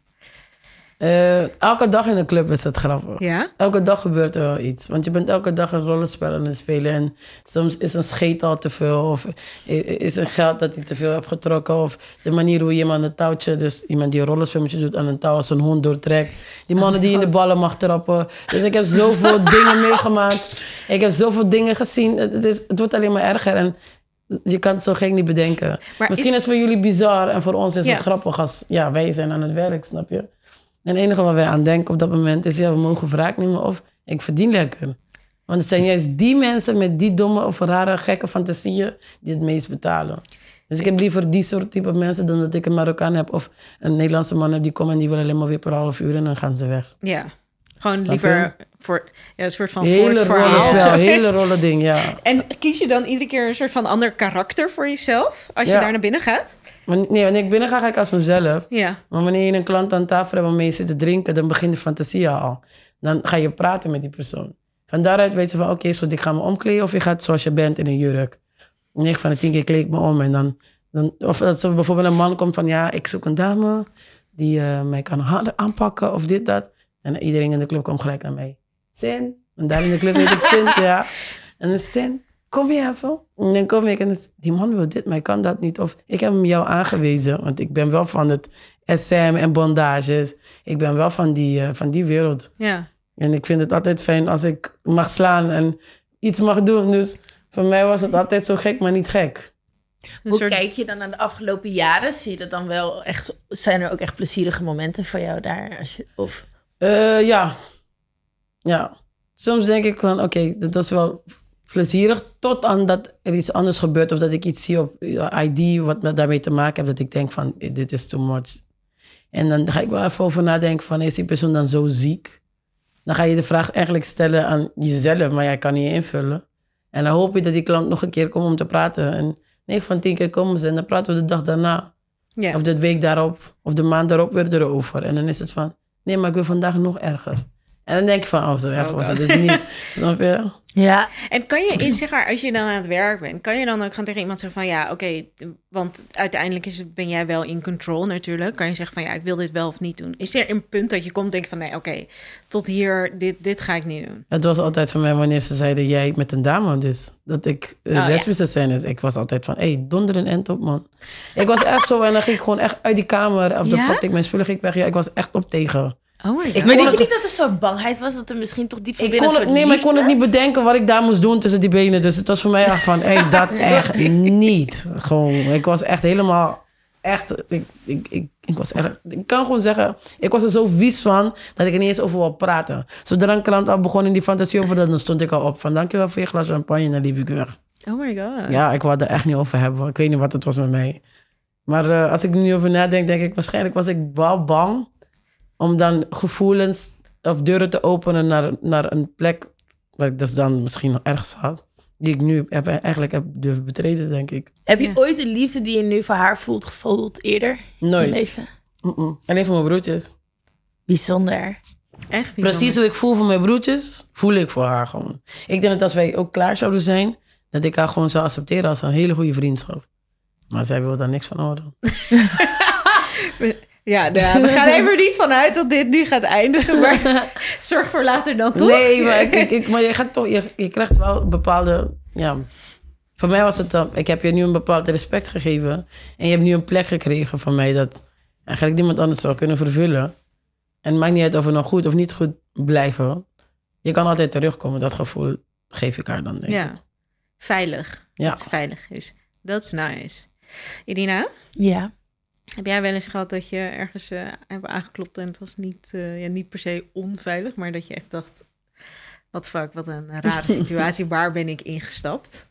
Uh, elke dag in de club is het grappig. Ja? Elke dag gebeurt er wel iets. Want je bent elke dag een rollenspel aan het spelen. En soms is een scheet al te veel. Of is een geld dat hij te veel hebt getrokken. Of de manier hoe je iemand een touwtje... Dus iemand die een rollenspel met je doet aan een touw als een hond doortrekt. Die mannen die in de ballen mag trappen. Dus ik heb zoveel dingen meegemaakt. Ik heb zoveel dingen gezien. Het, is, het wordt alleen maar erger. En je kan het zo gek niet bedenken. Maar Misschien is... is het voor jullie bizar. En voor ons is Ja. het grappig als... Ja, wij zijn aan het werk, snap je? En het enige wat wij aan denken op dat moment is... ja, we mogen wraak nemen of ik verdien lekker. Want het zijn juist die mensen met die domme of rare gekke fantasieën... die het meest betalen. Dus ik heb liever die soort type mensen... dan dat ik een Marokkaan heb of een Nederlandse man heb... die komen en die willen alleen maar weer per half uur en dan gaan ze weg. Ja, gewoon Snap liever voor ja, een soort van voor Hele het verhaal. rollenspel, hele rollen ding, ja. En kies je dan iedere keer een soort van ander karakter voor jezelf... als je Ja. daar naar binnen gaat? Maar nee, wanneer ik binnen ga, ga ik als mezelf. Ja. Maar wanneer je een klant aan tafel hebt waarmee je zit te drinken... dan begint de fantasie al. Dan ga je praten met die persoon. Van daaruit weet je van, oké, okay, zo ik ga me omkleden... of je gaat zoals je bent in een jurk. negen van de tien keer kleed ik me om. En dan, dan, of dat er bijvoorbeeld een man komt van... ja, ik zoek een dame die uh, mij kan ha- aanpakken of dit, dat. En iedereen in de club komt gelijk naar mij. Sin. En daar in de club heet ik Sin, ja. En dan Sin, kom je even? En dan kom ik en dan, die man wil dit, maar ik kan dat niet. Of ik heb hem jou aangewezen, want ik ben wel van het S M en bondages. Ik ben wel van die, uh, van die wereld. Ja. En ik vind het altijd fijn als ik mag slaan en iets mag doen. Dus voor mij was het altijd zo gek, maar niet gek. Een Hoe soort... kijk je dan naar de afgelopen jaren? Zie je dat dan wel echt... Zijn er ook echt plezierige momenten voor jou daar? Als je, of... Uh, ja. Ja. Soms denk ik van, oké, okay, dat was wel plezierig. Tot aan dat er iets anders gebeurt. Of dat ik iets zie op I D wat met daarmee te maken heeft. Dat ik denk van, dit is too much. En dan ga ik wel even over nadenken van, is die persoon dan zo ziek? Dan ga je de vraag eigenlijk stellen aan jezelf, maar jij kan niet invullen. En dan hoop je dat die klant nog een keer komt om te praten. En negen van tien keer komen ze en dan praten we de dag daarna. Ja. Of de week daarop, of de maand daarop weer erover. En dan is het van, nee, maar ik wil vandaag nog erger. En dan denk je van, oh, zo erg was het dus niet. Snap je? Ja. En kan je, in, zeg maar, als je dan aan het werk bent, kan je dan ook gaan tegen iemand zeggen van, ja, oké, okay, want uiteindelijk is, ben jij wel in control natuurlijk. Kan je zeggen van, ja, ik wil dit wel of niet doen. Is er een punt dat je komt en denkt van, nee, oké, okay, tot hier, dit, dit ga ik niet doen? Het was altijd voor mij wanneer ze zeiden, jij met een dame, dus dat ik uh, oh, lesbische ja. scènes. Ik was altijd van, hé, hey, donder een end op, man. Ik was echt zo, en dan ging ik gewoon echt uit die kamer, of dan ja? pakte ik mijn spullen, ging ik weg. Ja, ik was echt op tegen. Oh my God. Ik maar denk je niet dat er een soort bangheid was? Dat er misschien toch diep van binnen het, Nee, maar ik kon het niet bedenken wat ik daar moest doen tussen die benen. Dus het was voor mij echt van, hé, hey, dat echt niet. Gewoon, ik was echt helemaal, echt, ik, ik, ik, ik was erg, ik kan gewoon zeggen, ik was er zo vies van, dat ik er niet eens over wil praten. Zodra een klant al begon in die fantasie over dat, dan stond ik al op van, dankjewel voor je glas champagne en dan liep ik weg. Oh my God. Ja, ik wou er echt niet over hebben. Ik weet niet wat het was met mij. Maar uh, als ik er nu over nadenk, denk ik, waarschijnlijk was ik wel bang om dan gevoelens of deuren te openen naar, naar een plek waar ik dus dan misschien nog ergens had, die ik nu heb, eigenlijk heb durven betreden, denk ik. Heb je ja. ooit de liefde die je nu voor haar voelt, gevoeld eerder? Nooit. In je leven? Mm-mm. Alleen voor mijn broertjes. Bijzonder. Echt bijzonder. Precies hoe ik voel voor mijn broertjes, voel ik voor haar gewoon. Ik denk dat als wij ook klaar zouden zijn, dat ik haar gewoon zou accepteren als een hele goede vriendschap. Maar zij wil daar niks van horen. Ja, nou, we gaan even niet vanuit dat dit nu gaat eindigen, maar zorg voor later dan toch? Nee, maar, ik, ik, ik, maar je, gaat toch, je, je krijgt wel een bepaalde, ja, voor mij was het dan, ik heb je nu een bepaald respect gegeven en je hebt nu een plek gekregen van mij dat eigenlijk niemand anders zou kunnen vervullen. En het maakt niet uit of we nog goed of niet goed blijven. Je kan altijd terugkomen, dat gevoel geef ik haar dan, denk ja. ik. Veilig, ja. dat het veilig is. Dat is nice. Irina? Ja. Heb jij wel eens gehad dat je ergens uh, hebt aangeklopt en het was niet, uh, ja, niet per se onveilig, maar dat je echt dacht, wat fuck, wat een rare situatie, waar ben ik ingestapt?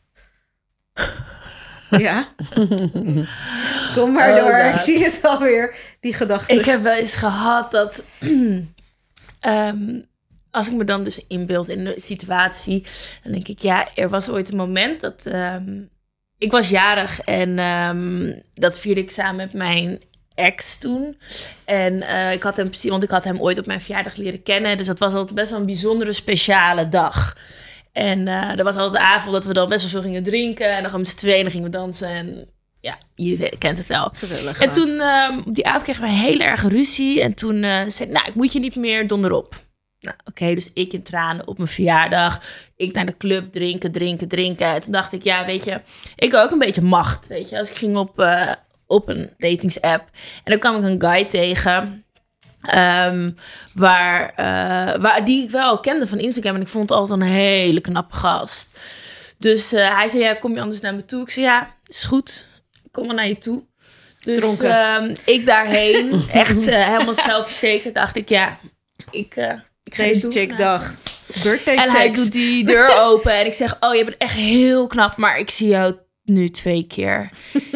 Ja? Kom maar oh, door, God. Ik zie het alweer, die gedachten. Ik heb wel eens gehad dat, um, als ik me dan dus inbeeld in de situatie, dan denk ik, ja, er was ooit een moment dat Um, ik was jarig en um, dat vierde ik samen met mijn ex toen. En uh, ik had hem, want ik had hem ooit op mijn verjaardag leren kennen. Dus dat was altijd best wel een bijzondere, speciale dag. En uh, er was altijd de avond dat we dan best wel veel gingen drinken. En dan gaan we met z'n tweeën gingen we dansen. En ja, je kent het wel. Gezellig. En toen, uh, die avond kregen we heel erg ruzie. En toen uh, zei ik, nou, ik moet je niet meer donderop. Nou, oké, okay, dus ik in tranen op mijn verjaardag. Ik naar de club, drinken, drinken, drinken. En toen dacht ik, ja, weet je, ik had ook een beetje macht, weet je. Als ik ging op, uh, op een datingsapp. En dan kwam ik een guy tegen, um, waar, uh, waar, die ik wel kende van Instagram. En ik vond het altijd een hele knappe gast. Dus uh, hij zei, ja, kom je anders naar me toe? Ik zei, ja, is goed. Ik kom maar naar je toe. Dus um, ik daarheen, echt uh, helemaal zelfverzekerd, dacht ik, ja, ik... Uh, Deze chick dacht, birthday en sex. hij doet die deur open en ik zeg, oh, je bent echt heel knap, maar ik zie jou nu twee keer.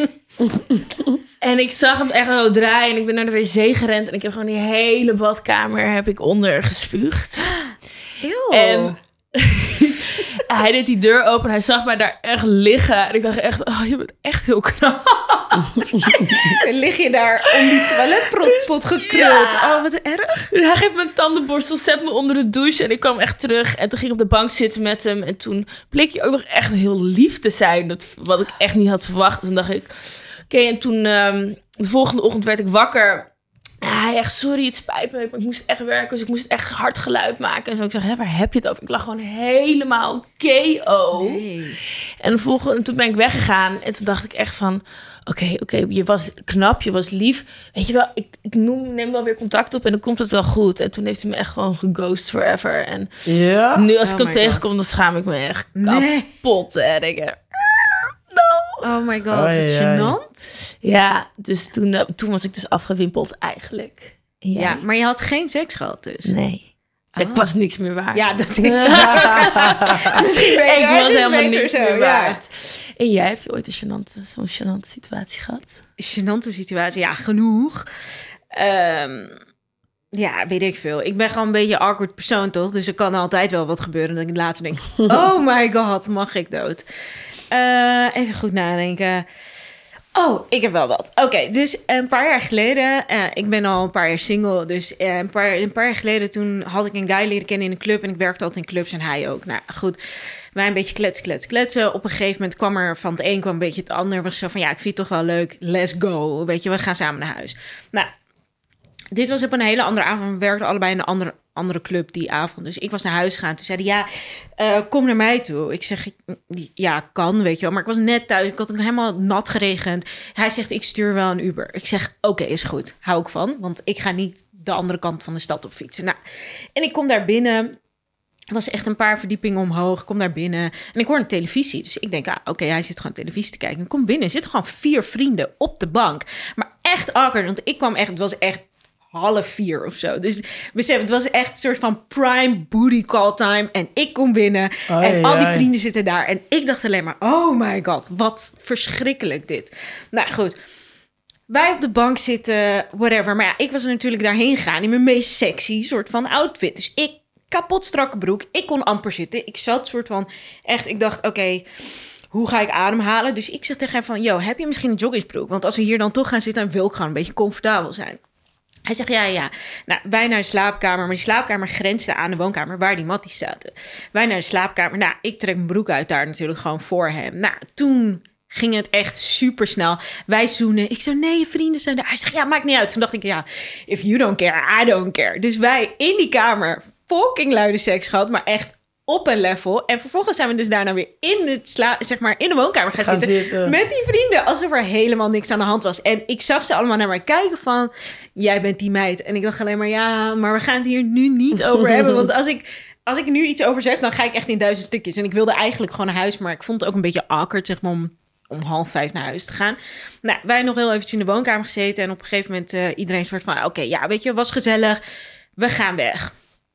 En ik zag hem echt zo draaien en ik ben naar de wc gerend en ik heb gewoon die hele badkamer heb ik onder gespuugd. Eeuw. En hij deed die deur open en hij zag mij daar echt liggen. En ik dacht echt, oh, je bent echt heel knap. En lig je daar om die toiletpot gekruld. Ja. Oh, wat erg. Hij geeft me een tandenborstel, zet me onder de douche. En ik kwam echt terug. En toen ging ik op de bank zitten met hem. En toen bleek hij ook nog echt heel lief te zijn. Dat, wat ik echt niet had verwacht. Toen dacht ik, oké. Okay, en toen, um, de volgende ochtend werd ik wakker. Ja, hij echt, sorry, het spijt me. Ik moest echt werken, dus ik moest echt hard geluid maken. En zo, ik zeg, hé, waar heb je het over? Ik lag gewoon helemaal K O. Nee. En de volgende, toen ben ik weggegaan. En toen dacht ik echt van, oké, okay, oké, okay, je was knap, je was lief. Weet je wel, ik, ik noem, neem wel weer contact op en dan komt het wel goed. En toen heeft hij me echt gewoon geghost forever. En ja? nu als oh ik hem tegenkom, God. Dan schaam ik me echt nee. kapot. En ik denk, no. Oh my god, wat gênant. Ja, dus toen, uh, toen was ik dus afgewimpeld eigenlijk. Ja, ja, maar je had geen seks gehad dus? Nee. Oh. Ik was niks meer waard. Ja, dat is... dus misschien ben je ik was helemaal niks zo, meer waard. Ja. En jij, heb je ooit een gênante, zo'n gênante situatie gehad? Gênante situatie? Ja, genoeg. Um, ja, weet ik veel. Ik ben gewoon een beetje een awkward persoon, toch? Dus er kan altijd wel wat gebeuren dat ik later denk... oh my god, mag ik dood? Uh, even goed nadenken. Oh, ik heb wel wat. Oké, okay, dus een paar jaar geleden... Uh, ik ben al een paar jaar single. Dus uh, een, paar, een paar jaar geleden toen had ik een guy leren kennen in een club. En ik werkte altijd in clubs en hij ook. Nou goed, wij een beetje kletsen, kletsen, kletsen. Op een gegeven moment kwam er van het een kwam een beetje het ander. Was zo van, ja, ik vind het toch wel leuk. Let's go. Weet je, we gaan samen naar huis. Nou, dit was op een hele andere avond. We werkten allebei in een andere, andere club die avond. Dus ik was naar huis gegaan. Toen zei hij, ja, uh, kom naar mij toe. Ik zeg, ja, kan, weet je wel. Maar ik was net thuis. Ik had hem helemaal nat geregend. Hij zegt, ik stuur wel een Uber. Ik zeg, oké, okay, is goed. Hou ik van. Want ik ga niet de andere kant van de stad op fietsen. Nou, en ik kom daar binnen. Het was echt een paar verdiepingen omhoog. Ik kom daar binnen. En ik hoor een televisie. Dus ik denk, ah, oké, okay, hij zit gewoon televisie te kijken. Ik kom binnen. Er zitten gewoon vier vrienden op de bank. Maar echt awkward. Want ik kwam echt, het was echt half vier of zo. Dus besef, het was echt een soort van prime booty call time. En ik kom binnen. Oei, en al die oei. vrienden zitten daar. En ik dacht alleen maar, oh my god, wat verschrikkelijk dit. Nou goed, wij op de bank zitten, whatever. Maar ja, ik was er natuurlijk daarheen gegaan in mijn meest sexy soort van outfit. Dus ik, kapot strakke broek. Ik kon amper zitten. Ik zat soort van, echt, ik dacht, oké, okay, hoe ga ik ademhalen? Dus ik zeg tegen hem van, yo, heb je misschien een joggingsbroek? Want als we hier dan toch gaan zitten, dan wil ik gewoon een beetje comfortabel zijn. Hij zegt, ja, ja. Nou, wij naar de slaapkamer. Maar die slaapkamer grensde aan de woonkamer waar die matties zaten. Wij naar de slaapkamer. Nou, ik trek mijn broek uit daar natuurlijk gewoon voor hem. Nou, toen ging het echt super snel. Wij zoenen. Ik zei, nee, je vrienden zijn er. Hij zegt, ja, maakt niet uit. Toen dacht ik, ja, if you don't care, I don't care. Dus wij in die kamer fucking luide seks gehad. Maar echt op een level. En vervolgens zijn we dus daarna weer in, het sla- zeg maar, in de woonkamer gaan, gaan zitten, zitten. Met die vrienden. Alsof er helemaal niks aan de hand was. En ik zag ze allemaal naar mij kijken van, jij bent die meid. En ik dacht alleen maar, ja, maar we gaan het hier nu niet over hebben. Want als ik, als ik nu iets over zeg, dan ga ik echt in duizend stukjes. En ik wilde eigenlijk gewoon naar huis. Maar ik vond het ook een beetje awkward, zeg maar, om, om half vijf naar huis te gaan. Nou, wij nog heel eventjes in de woonkamer gezeten. En op een gegeven moment uh, iedereen soort van, oké, okay, ja, weet je, was gezellig. We gaan weg.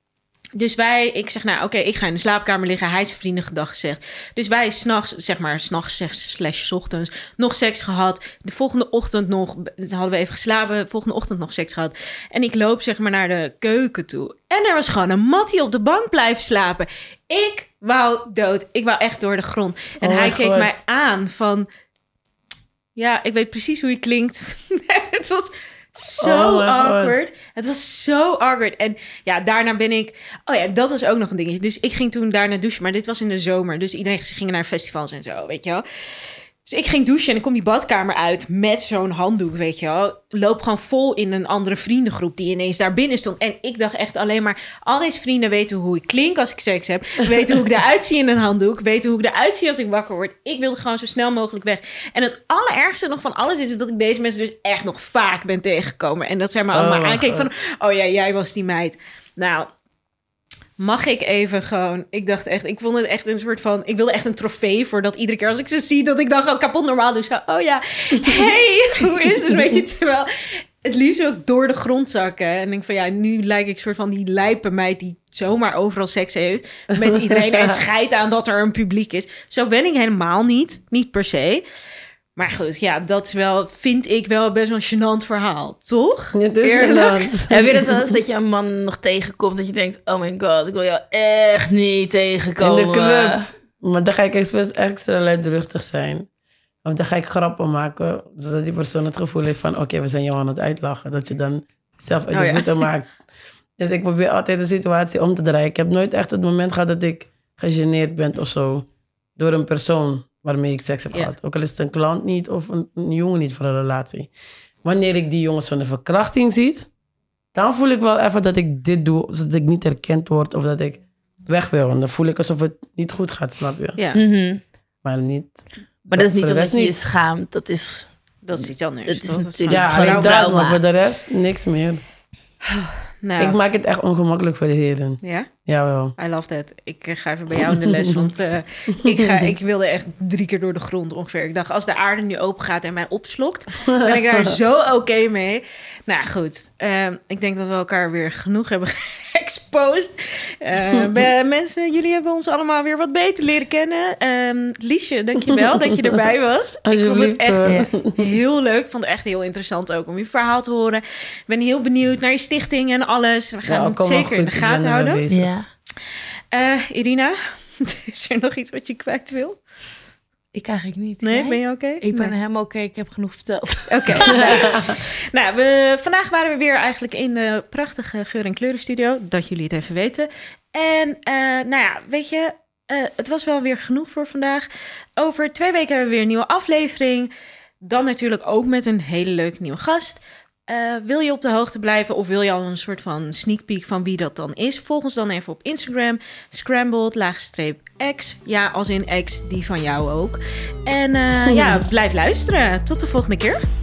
Dus wij, ik zeg, nou oké, okay, ik ga in de slaapkamer liggen. Hij is zijn vrienden gedag gezegd. Dus wij s'nachts, zeg maar, s'nachts slash 's ochtends nog seks gehad. De volgende ochtend nog, hadden we even geslapen. De volgende ochtend nog seks gehad. En ik loop zeg maar naar de keuken toe. En er was gewoon een mattie op de bank blijven slapen. Ik wou dood. Ik wou echt door de grond. En oh hij keek God. mij aan van, ja, ik weet precies hoe je klinkt. Het was zo oh awkward. God. Het was zo awkward. En ja, daarna ben ik... Oh ja, dat was ook nog een dingetje. Dus ik ging toen daarna douchen. Maar dit was in de zomer. Dus iedereen ging naar festivals en zo, weet je wel. Dus ik ging douchen en ik kom die badkamer uit met zo'n handdoek, weet je wel. Loop gewoon vol in een andere vriendengroep die ineens daar binnen stond. En ik dacht echt alleen maar, al deze vrienden weten hoe ik klink als ik seks heb. Weten hoe ik eruit zie in een handdoek. Weten hoe ik eruit zie als ik wakker word. Ik wilde gewoon zo snel mogelijk weg. En het allerergste nog van alles is, is dat ik deze mensen dus echt nog vaak ben tegengekomen. En dat zij me allemaal oh, aankeken van, oh ja, jij was die meid. Nou, mag ik even gewoon... Ik dacht echt... Ik vond het echt een soort van... Ik wilde echt een trofee voor dat iedere keer als ik ze zie, dat ik dan gewoon kapot normaal doe. Zo, oh ja, hey, hoe is het? Weet je, terwijl het liefst ook door de grond zakken. En denk van ja, nu lijk ik soort van die lijpe meid die zomaar overal seks heeft met iedereen en scheidt aan dat er een publiek is. Zo ben ik helemaal niet. Niet per se. Maar goed, ja, dat is wel, vind ik wel best wel een gênant verhaal, toch? Ja, dus eerlijk. Heb je dat wel eens dat je een man nog tegenkomt dat je denkt, oh my god, ik wil jou echt niet tegenkomen. In de club. Maar dan ga ik expres extra luidruchtig zijn. Of dan ga ik grappen maken, zodat die persoon het gevoel heeft van, oké, okay, we zijn jou aan het uitlachen. Dat je dan zelf uit de oh, voeten ja. maakt. Dus ik probeer altijd de situatie om te draaien. Ik heb nooit echt het moment gehad dat ik gegeneerd ben of zo door een persoon waarmee ik seks heb ja. gehad. Ook al is het een klant niet of een, een jongen niet voor een relatie. Wanneer ik die jongens van de verkrachting zie, dan voel ik wel even dat ik dit doe, zodat ik niet herkend word of dat ik weg wil. En dan voel ik alsof het niet goed gaat, snap je? Ja. Mm-hmm. Maar niet... Maar dat is niet omdat je je schaamt. Dat is... Dat is iets anders. Dat is natuurlijk ja, alleen dat, maar voor de rest niks meer. Nou. Ik maak het echt ongemakkelijk voor de heren. Ja? Jawel. I love that. Ik ga even bij jou in de les, want uh, ik, ga, ik wilde echt drie keer door de grond ongeveer. Ik dacht, als de aarde nu open gaat en mij opslokt, ben ik daar zo oké okay mee. Nou goed, uh, ik denk dat we elkaar weer genoeg hebben geëxposed. Uh, mensen, jullie hebben ons allemaal weer wat beter leren kennen. Um, Liesje, dankjewel dat je erbij was. Ik vond het echt heel leuk. Ik vond het echt heel interessant ook om je verhaal te horen. Ik ben heel benieuwd naar je stichting en alles. We gaan ja, het zeker in de gaten houden. Ja. Uh, Irina, is er nog iets wat je kwijt wil? Ik eigenlijk niet. Nee, Jij? ben je oké? Ik ben Nee. helemaal oké. Ik heb genoeg verteld. Oké. nou, we, vandaag waren we weer eigenlijk in de prachtige geur- en kleurenstudio. Dat jullie het even weten. En uh, nou ja, weet je, uh, het was wel weer genoeg voor vandaag. Over twee weken hebben we weer een nieuwe aflevering. Dan natuurlijk ook met een hele leuke nieuwe gast. Uh, wil je op de hoogte blijven of wil je al een soort van sneak peek van wie dat dan is? Volg ons dan even op Instagram. Scrambled, laagstreep, X. Ja, als in X, die van jou ook. En uh, ja, blijf luisteren. Tot de volgende keer.